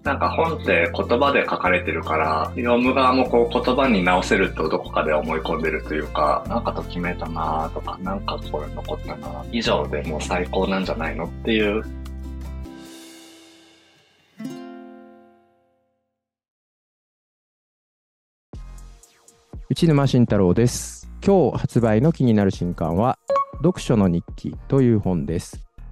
なんか本って言葉で書かれてるから、読む側もこう言葉に直せるとどこかで思い込んでるというか、なんかときめいたなとか、なんかこれ残ったな、以上でもう最高なんじゃないのっていう。 内沼慎太郎です。今日発売の気になる新刊は読書の日記という本です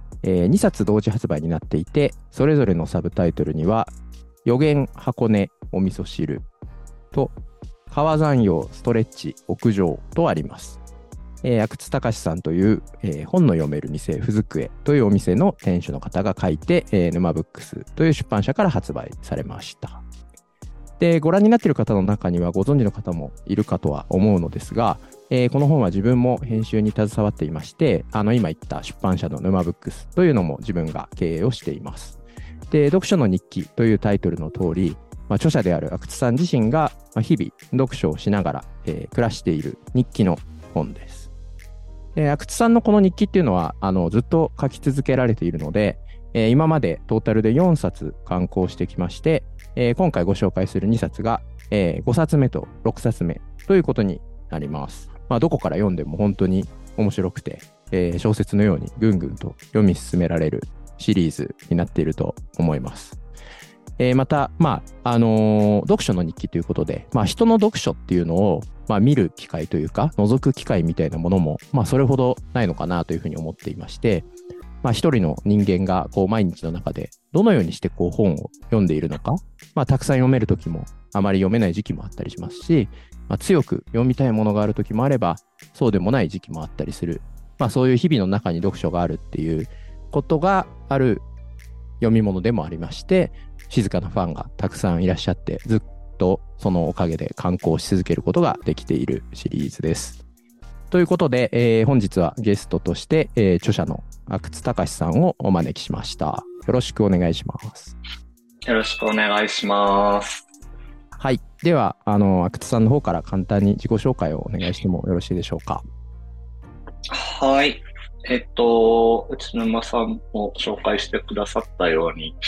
。2冊同時発売になっていて、それぞれのサブタイトルには予言箱根お味噌汁と川山陽ストレッチ屋上とあります。阿久津隆さんという、本の読める店ふずくえというお店の店主の方が書いて、沼ブックスという出版社から発売されました。で、ご覧になっている方の中にはご存知の方もいるかとは思うのですが、この本は自分も編集に携わっていまして、今言った出版社の沼ブックスというのも自分が経営をしています。で、読書の日記というタイトルの通り、著者である阿久津さん自身が日々読書をしながら、暮らしている日記の本です。阿久津さんのこの日記っていうのはずっと書き続けられているので、今までトータルで4冊刊行してきまして、今回ご紹介する2冊が、5冊目と6冊目ということになります。どこから読んでも本当に面白くて、小説のようにぐんぐんと読み進められるシリーズになっていると思います。また、読書の日記ということで、人の読書っていうのを、見る機会というか、覗く機会みたいなものも、それほどないのかなというふうに思っていまして、一人の人間がこう毎日の中でどのようにしてこう本を読んでいるのか、たくさん読める時もあまり読めない時期もあったりしますし、強く読みたいものがある時もあればそうでもない時期もあったりする、そういう日々の中に読書があるっていうことがある読み物でもありまして、静かなファンがたくさんいらっしゃってずっとそのおかげで刊行し続けることができているシリーズです。ということで、本日はゲストとして、著者の阿久津隆さんをお招きしました。よろしくお願いします。 よろしくお願いします。 はい。では、阿久津さんの方から簡単に自己紹介をお願いしてもよろしいでしょうか。 はい。内沼さんも紹介してくださったように、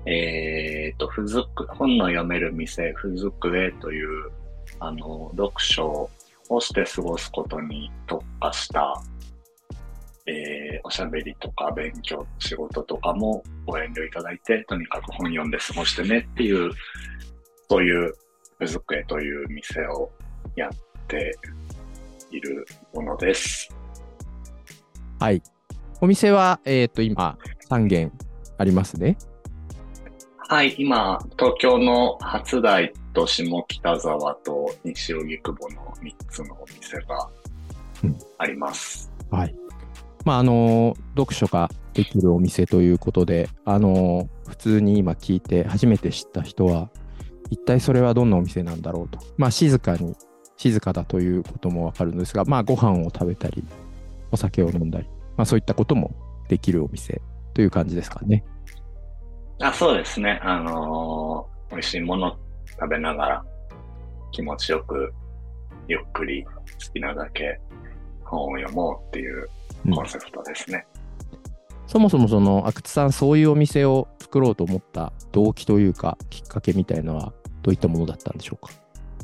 本の読める店、ふずくえという、読書をして過ごすことに特化した、おしゃべりとか勉強、仕事とかもご遠慮いただいて、とにかく本読んで過ごしてねっていう、そういうふずくえという店をやっているものです。 はい。お店は、今、3軒ありますね。 はい、今、東京の初台と下北沢と西荻窪の3つのお店があります。 はい。読書ができるお店ということで、普通に今聞いて初めて知った人は、一体それはどんなお店なんだろうと。静かだということもわかるんですが、ご飯を食べたり、お酒を飲んだり、そういったこともできるお店という感じですかね。 そうですね。美味しいもの食べながら気持ちよくゆっくり好きなだけ本を読もうっていうコンセプトですね。 そもそも阿久津さん、そういうお店を作ろうと思った動機というかきっかけみたいのはどういったものだったんでしょうか。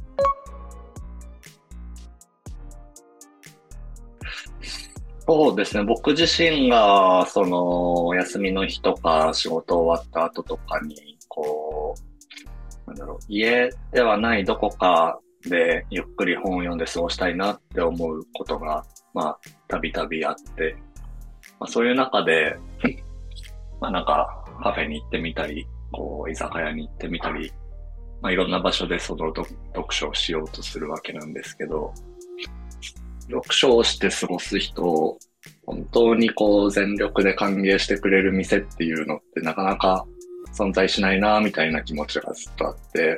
そうですね。僕自身が、お休みの日とか仕事終わった後とかに、家ではないどこかでゆっくり本を読んで過ごしたいなって思うことが、たびたびあって、そういう中で、カフェに行ってみたり、居酒屋に行ってみたり、いろんな場所で読書をしようとするわけなんですけど、読書をして過ごす人を本当に全力で歓迎してくれる店っていうのってなかなか存在しないなみたいな気持ちがずっとあって、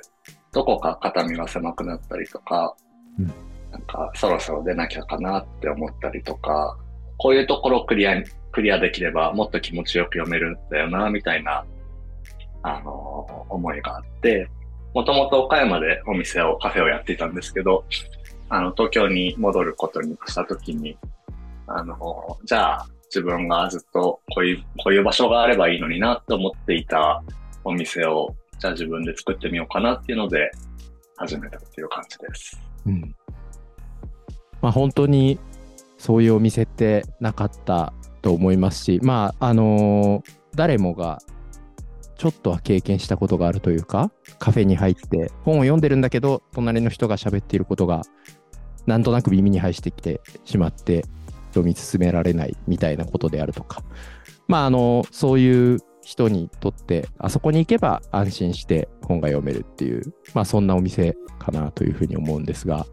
どこか肩身が狭くなったりとか、そろそろ出なきゃかなって思ったりとか、こういうところをクリアできればもっと気持ちよく読めるんだよなみたいな、思いがあって、もともと岡山でカフェをやっていたんですけど、東京に戻ることにしたときに、じゃあ自分がずっとこういう場所があればいいのになって思っていたお店をじゃあ自分で作ってみようかなっていうので始めたっていう感じです。 うん。まあ本当にそういうお店ってなかったと思いますし、まあ誰もがちょっとは経験したことがあるというか、カフェに入って本を読んでるんだけど、隣の人が喋っていることがなんとなく耳に入ってきてしまって読み進められないみたいなことであるとか、まあそういう人にとってあそこに行けば安心して本が読めるっていう、まあそんなお店かなというふうに思うんですが、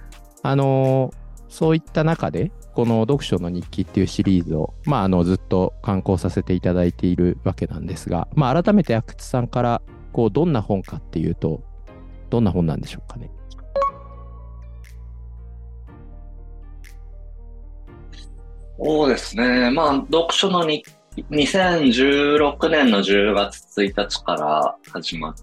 そういった中でこの読書の日記っていうシリーズを、まあずっと刊行させていただいているわけなんですが、まあ改めて阿久津さんからこうどんな本かっていうとどんな本なんでしょうかね。 そうですね。まあ、読書の日記、2016年の10月1日から始まって、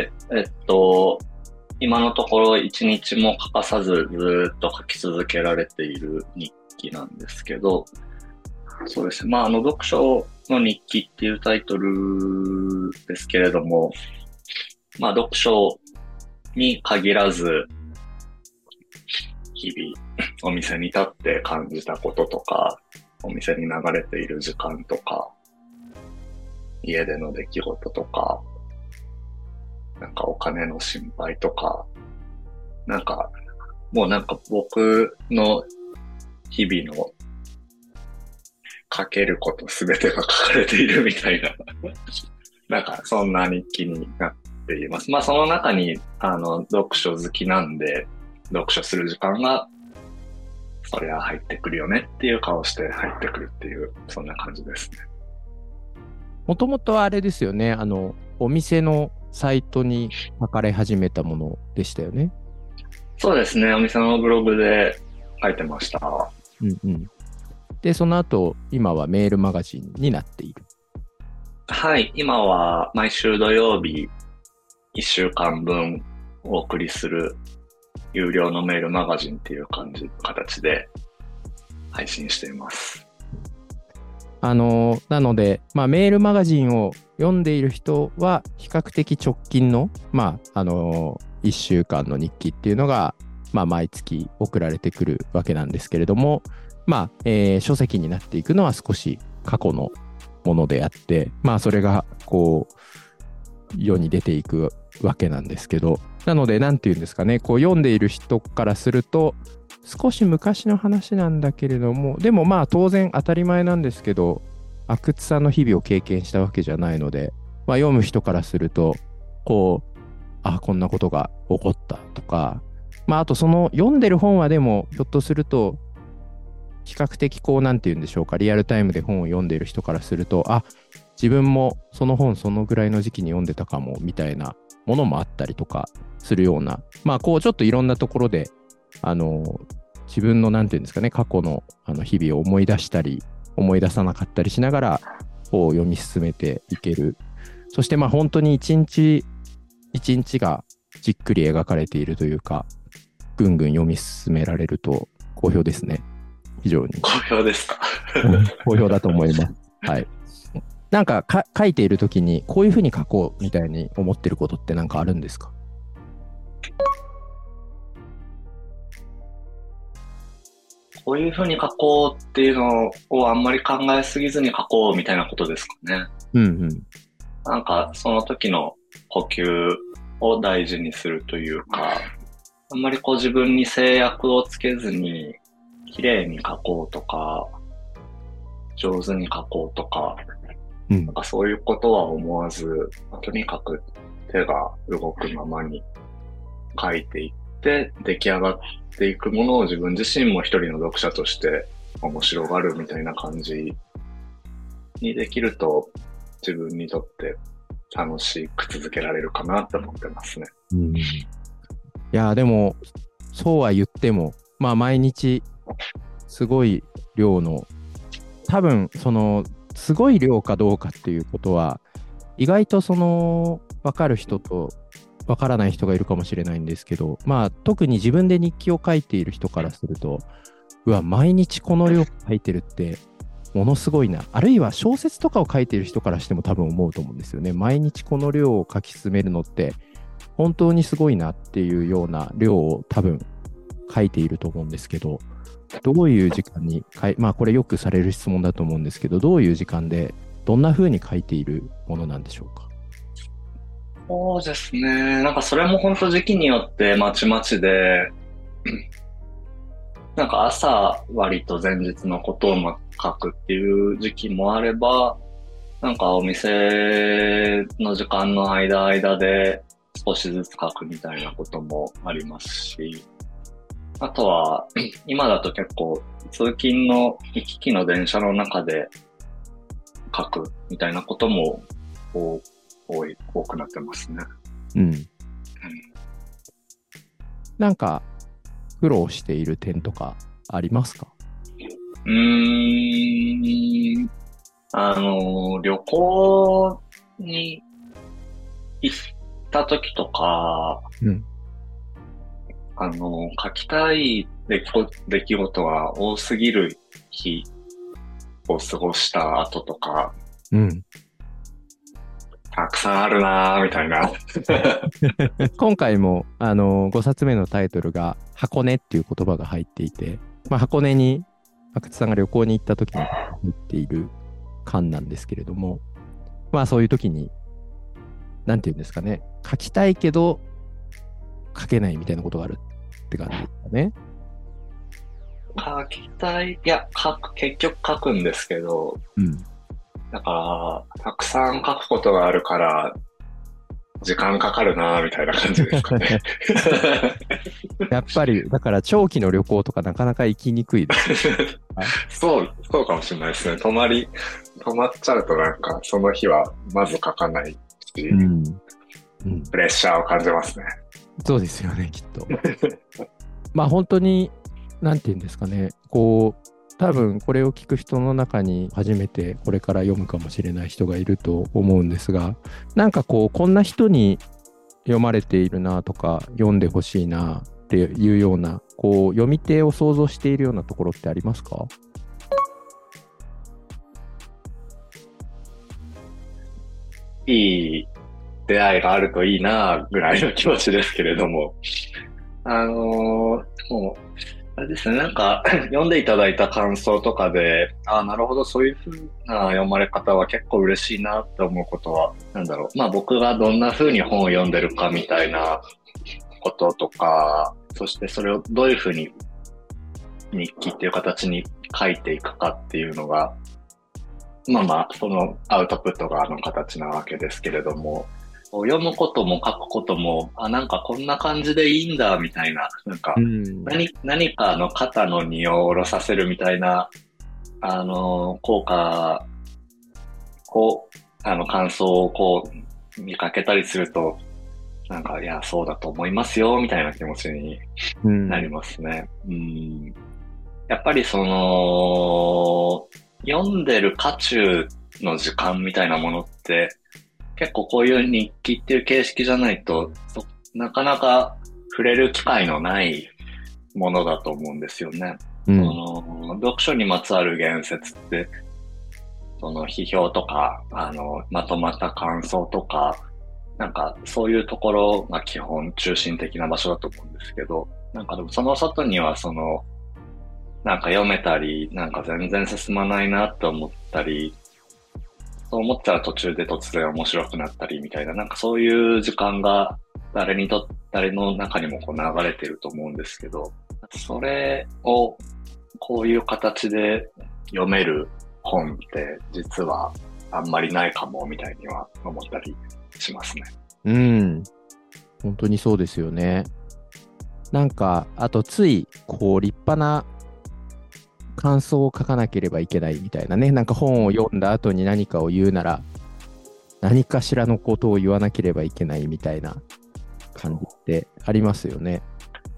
今のところ一日も欠かさずずっと書き続けられている日記なんですけど、そうですね。まあ、読書の日記っていうタイトルですけれども、まあ、読書に限らず、日々お店に立って感じたこととか、お店に流れている時間とか、家での出来事とか、なんかお金の心配とか、なんか、もうなんか僕の日々の書けることすべてが書かれているみたいな、なんかそんな日記になっています。まあその中に、読書好きなんで、読書する時間が、そりゃ入ってくるよねっていう顔して入ってくるっていう、そんな感じですね。 もともとあれですよね、お店のサイトに書かれ始めたものでしたよね。 そうですね、お店のブログで書いてました。 うんうん。で、その後、今はメールマガジンになっている。 はい、今は毎週土曜日1週間分お送りする有料のメールマガジンっていう形で配信しています。 なので、まあ、メールマガジンを読んでいる人は比較的直近の、まあ、1週間の日記っていうのが、まあ、毎月送られてくるわけなんですけれども、まあ、書籍になっていくのは少し過去のものであって、まあ、それがこう世に出ていくわけなんですけど、なのでなんていうんですかね、こう読んでいる人からすると少し昔の話なんだけれども、でもまあ当然当たり前なんですけど、阿久津さんの日々を経験したわけじゃないので、まあ、読む人からするとこう、あ、こんなことが起こったとか、まあ、あとその読んでる本はでもひょっとすると比較的こうなんて言うんでしょうか、リアルタイムで本を読んでいる人からすると、あ、自分もその本そのぐらいの時期に読んでたかもみたいなものもあったりとかするような、まあこうちょっといろんなところで自分のなんていうんですかね、過去の日々を思い出したり思い出さなかったりしながらこう読み進めていける。そしてまあ本当に一日一日がじっくり描かれているというか、ぐんぐん読み進められると好評ですね。非常に好評ですか？ 好評だと思います。はい。なんか書いているときにこういうふうに書こうみたいに思ってることってなんかあるんですか？ こういうふうに書こうっていうのをあんまり考えすぎずに書こうみたいなことですかね。 うんうん。 なんかその時の呼吸を大事にするというか、あんまりこう自分に制約をつけずに綺麗に書こうとか、上手に書こうとか、なんかそういうことは思わず、とにかく手が動くままに書いていって出来上がっていくものを自分自身も一人の読者として面白がるみたいな感じにできると自分にとって楽しく続けられるかなって思ってますね。 いやでもそうは言ってもまあ毎日すごい量の、多分そのすごい量かどうかっていうことは意外とその分かる人と分からない人がいるかもしれないんですけど、まあ特に自分で日記を書いている人からすると、うわ毎日この量書いてるってものすごいな。あるいは小説とかを書いている人からしても多分思うと思うんですよね。毎日この量を書き進めるのって本当にすごいなっていうような量を多分書いていると思うんですけど、どういう時間にまあこれよくされる質問だと思うんですけど、どういう時間でどんな風に書いているものなんでしょうか？ そうですね。なんかそれも本当時期によってまちまちで、なんか朝割と前日のことを書くっていう時期もあれば、なんかお店の時間の間で少しずつ書くみたいなこともありますし、あとは今だと結構通勤の行き来の電車の中で書くみたいなことも多くなってますね。 うん。なんか苦労している点とかありますか？ 旅行に行った時とか、 うん、 書きたい出来事が多すぎる日を過ごした後とか、 うん、 たくさんあるなーみたいな。 今回も5冊目のタイトルが箱根っていう言葉が入っていて、まあ、箱根に阿久津さんが旅行に行った時に入っている巻なんですけれども、まあそういう時になんていうんですかね、書きたいけど書けないみたいなことがあるって感じですかね。 書きたい、いや、結局書くんですけど、 うん。 だから、たくさん書くことがあるから、時間かかるなみたいな感じですかね。 やっぱり、だから長期の旅行とかなかなか行きにくいです。 そうかもしれないですね。止まっちゃうとなんか、その日はまず書かないし、 うんうん、 プレッシャーを感じますね。 そうですよね、きっと。まあ本当に、なんていうんですかね、こう、多分これを聞く人の中に初めてこれから読むかもしれない人がいると思うんですが、なんかこう、こんな人に読まれているなとか、読んでほしいなっていうような、こう、読み手を想像しているようなところってありますか？ いい出会いがあるといいなぐらいの気持ちですけれども、もう、あれですね、なんか読んでいただいた感想とかで、なるほど、そういう風な読まれ方は結構嬉しいなって思うことは、なんだろう、まあ僕がどんな風に本を読んでるかみたいなこととか、そしてそれをどういう風に日記っていう形に書いていくかっていうのが、まあまあ、そのアウトプットが形なわけですけれども、読むことも書くことも、なんかこんな感じでいいんだ、みたいな、なんか、何かの肩の荷を下ろさせるみたいな、効果感想を見かけたりすると、なんか、いや、そうだと思いますよ、みたいな気持ちになりますね。やっぱり読んでる渦中の時間みたいなものって、結構こういう日記っていう形式じゃないと、なかなか触れる機会のないものだと思うんですよね。読書にまつわる言説って、批評とか、まとまった感想とか、なんかそういうところが基本中心的な場所だと思うんですけど、なんかでもその外にはなんか読めたり、なんか全然進まないなって思ったり、そう思ったら途中で突然面白くなったりみたいな、なんかそういう時間が誰の中にも流れてると思うんですけど、それをこういう形で読める本って実はあんまりないかもみたいには思ったりしますね。 本当にそうですよね。なんか、あとつい、立派な感想を書かなければいけないみたいなね。なんか本を読んだ後に何かを言うなら、何かしらのことを言わなければいけないみたいな感じってありますよね。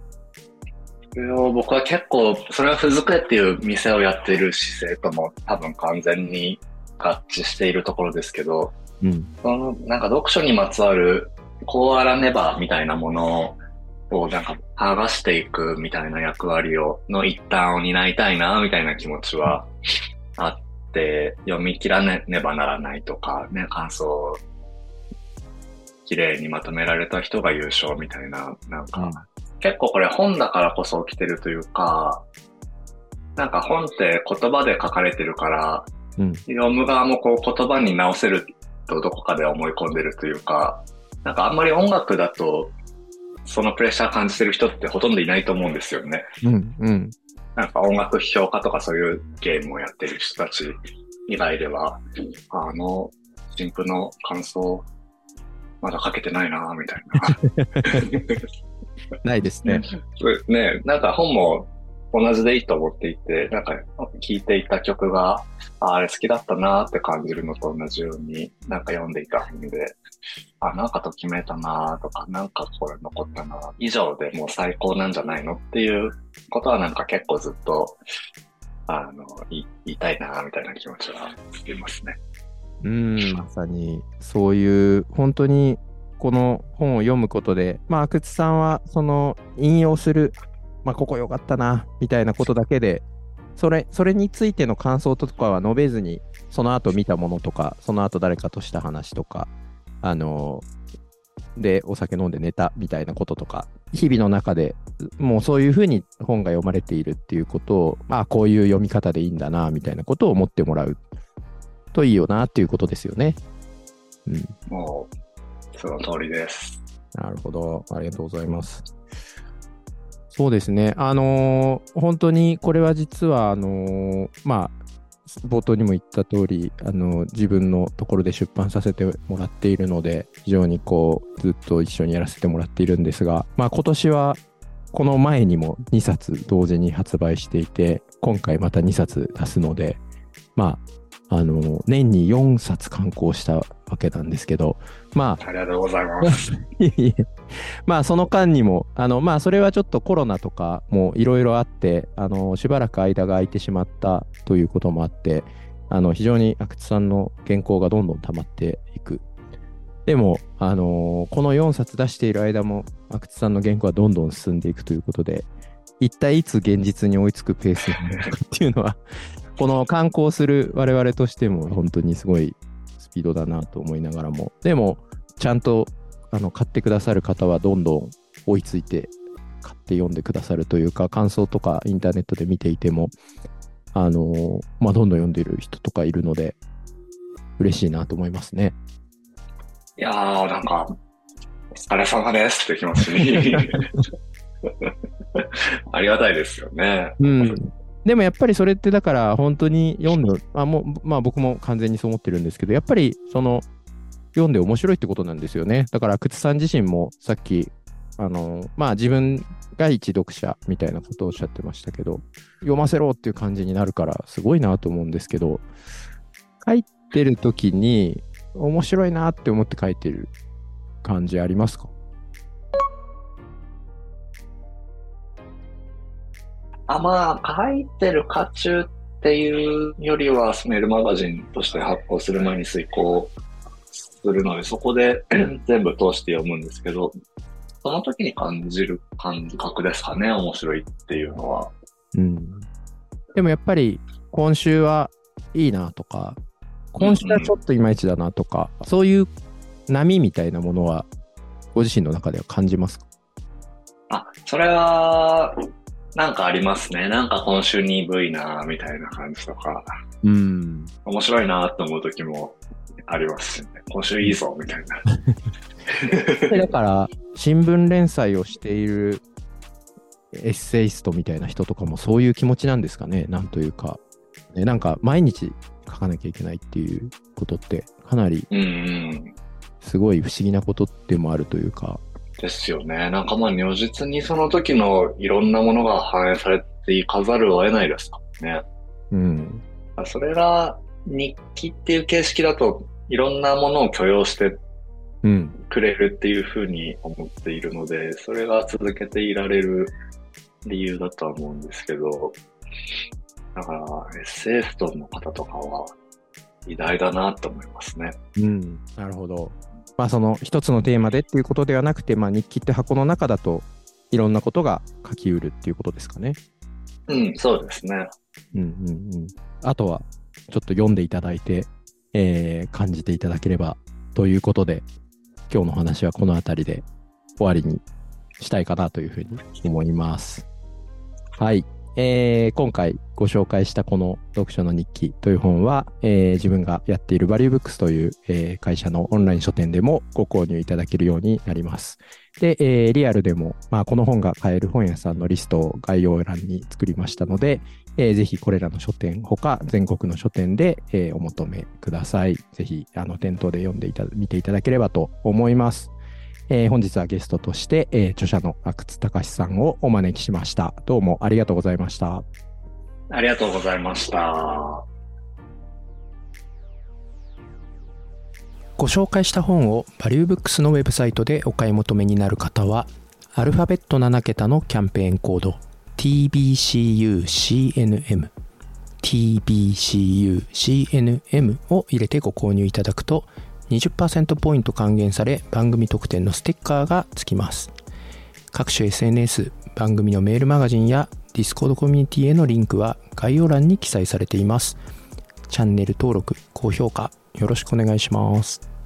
僕は結構、それはふずくえっていう店をやっている姿勢とも多分完全に合致しているところですけど、なんか読書にまつわる、こうあらねばみたいなものをなんか剥がしていくみたいな役割の一端を担いたいなみたいな気持ちはあっって読み切らねばならないとかね、感想を綺麗にまとめられた人が優勝みたいな、なんか、結構これ本だからこそ起きてるというか、なんか本って言葉で書かれてるから、読む側もこう言葉に直せるとどこかで思い込んでるというか、なんかあんまり音楽だとそのプレッシャー感じてる人ってほとんどいないと思うんですよね。なんか音楽批評家とかそういうゲームをやってる人たち以外では、新譜の感想まだ書けてないなみたいな。ないですね。 ね、なんか本も同じでいいと思っていて、なんか聴いていた曲が、あれ好きだったなって感じるのと同じように、なんか読んでいた本で、なんかときめいたなとか、なんかこれ残ったな以上でもう最高なんじゃないのっていうことはなんか結構ずっと、言いたいなみたいな気持ちはありますね。 まさにそういう本当にこの本を読むことで、阿久津さんはその引用する、ここ良かったなみたいなことだけで、それについての感想とかは述べずに、その後見たものとか、その後誰かとした話とか、でお酒飲んで寝たみたいなこととか、日々の中でもうそういうふうに本が読まれているっていうことを、こういう読み方でいいんだなみたいなことを思ってもらうといいよなっていうことですよね。 もうその通りです。 なるほど、ありがとうございます。そうですね、本当にこれは実は冒頭にも言った通り、自分のところで出版させてもらっているので、非常にずっと一緒にやらせてもらっているんですが、今年はこの前にも2冊同時に発売していて、今回また2冊出すので、年に4冊刊行したわけなんですけど、 ありがとうございます。 その間にも、それはちょっとコロナとかもいろいろあって、しばらく間が空いてしまったということもあって、非常に阿久津さんの原稿がどんどん溜まっていく。でも、この4冊出している間も、阿久津さんの原稿はどんどん進んでいくということで、一体いつ現実に追いつくペースになるのかっていうのは、この刊行する我々としても本当にすごいスピードだなと思いながらも、でもちゃんと買ってくださる方はどんどん追いついて買って読んでくださるというか、感想とかインターネットで見ていてもどんどん読んでいる人とかいるので嬉しいなと思いますね。 いやー、なんかお疲れ様ですって気持ちにありがたいですよね。 でもやっぱりそれってだから本当に読んで、僕も完全にそう思ってるんですけど、やっぱりその読んで面白いってことなんですよね。だから阿久津さん自身もさっき自分が一読者みたいなことをおっしゃってましたけど、読ませろっていう感じになるからすごいなと思うんですけど、書いてる時に面白いなって思って書いてる感じありますか？ 書いてる渦中っていうよりは、メールマガジンとして発行する前に遂行するので、そこで全部通して読むんですけど、その時に感じる感覚ですかね、面白いっていうのは。 でもやっぱり今週はいいなとか、今週はちょっといまいちだなとか、そういう波みたいなものはご自身の中では感じますか？ それはなんかありますね。なんか今週鈍いなみたいな感じとか、面白いなと思う時もありますしね。今週いいぞみたいな。 だから新聞連載をしているエッセイストみたいな人とかもそういう気持ちなんですかね。なんというか、なんか毎日書かなきゃいけないっていうことってかなりすごい不思議なことでもあるというか。 ですよね。なんか如実にその時のいろんなものが反映されていかざるを得ないですからね。それが日記っていう形式だといろんなものを許容してくれるっていうふうに思っているので、それが続けていられる理由だとは思うんですけど、だからエッセイストの方とかは偉大だなと思いますね。 なるほど。その一つのテーマでっていうことではなくて、日記って箱の中だといろんなことが書きうるっていうことですかね。 そうですね。 あとはちょっと読んでいただいて、感じていただければということで、今日の話はこの辺りで終わりにしたいかなというふうに思います。はい。今回ご紹介したこの読書の日記という本は、自分がやっているバリューブックスという、会社のオンライン書店でもご購入いただけるようになります。で、リアルでも、この本が買える本屋さんのリストを概要欄に作りましたので、ぜひこれらの書店ほか全国の書店で、お求めください。ぜひ店頭で見ていただければと思います。本日はゲストとして、著者の阿久津隆さんをお招きしました。どうもありがとうございました。 ありがとうございました。 ご紹介した本をバリューブックスのウェブサイトでお買い求めになる方は、アルファベット7桁のキャンペーンコード TBCUCNM を入れてご購入いただくと 20% ポイント還元され、番組特典のステッカーがつきます。各種 SNS、番組のメールマガジンや Discord コミュニティへのリンクは概要欄に記載されています。チャンネル登録、高評価よろしくお願いします。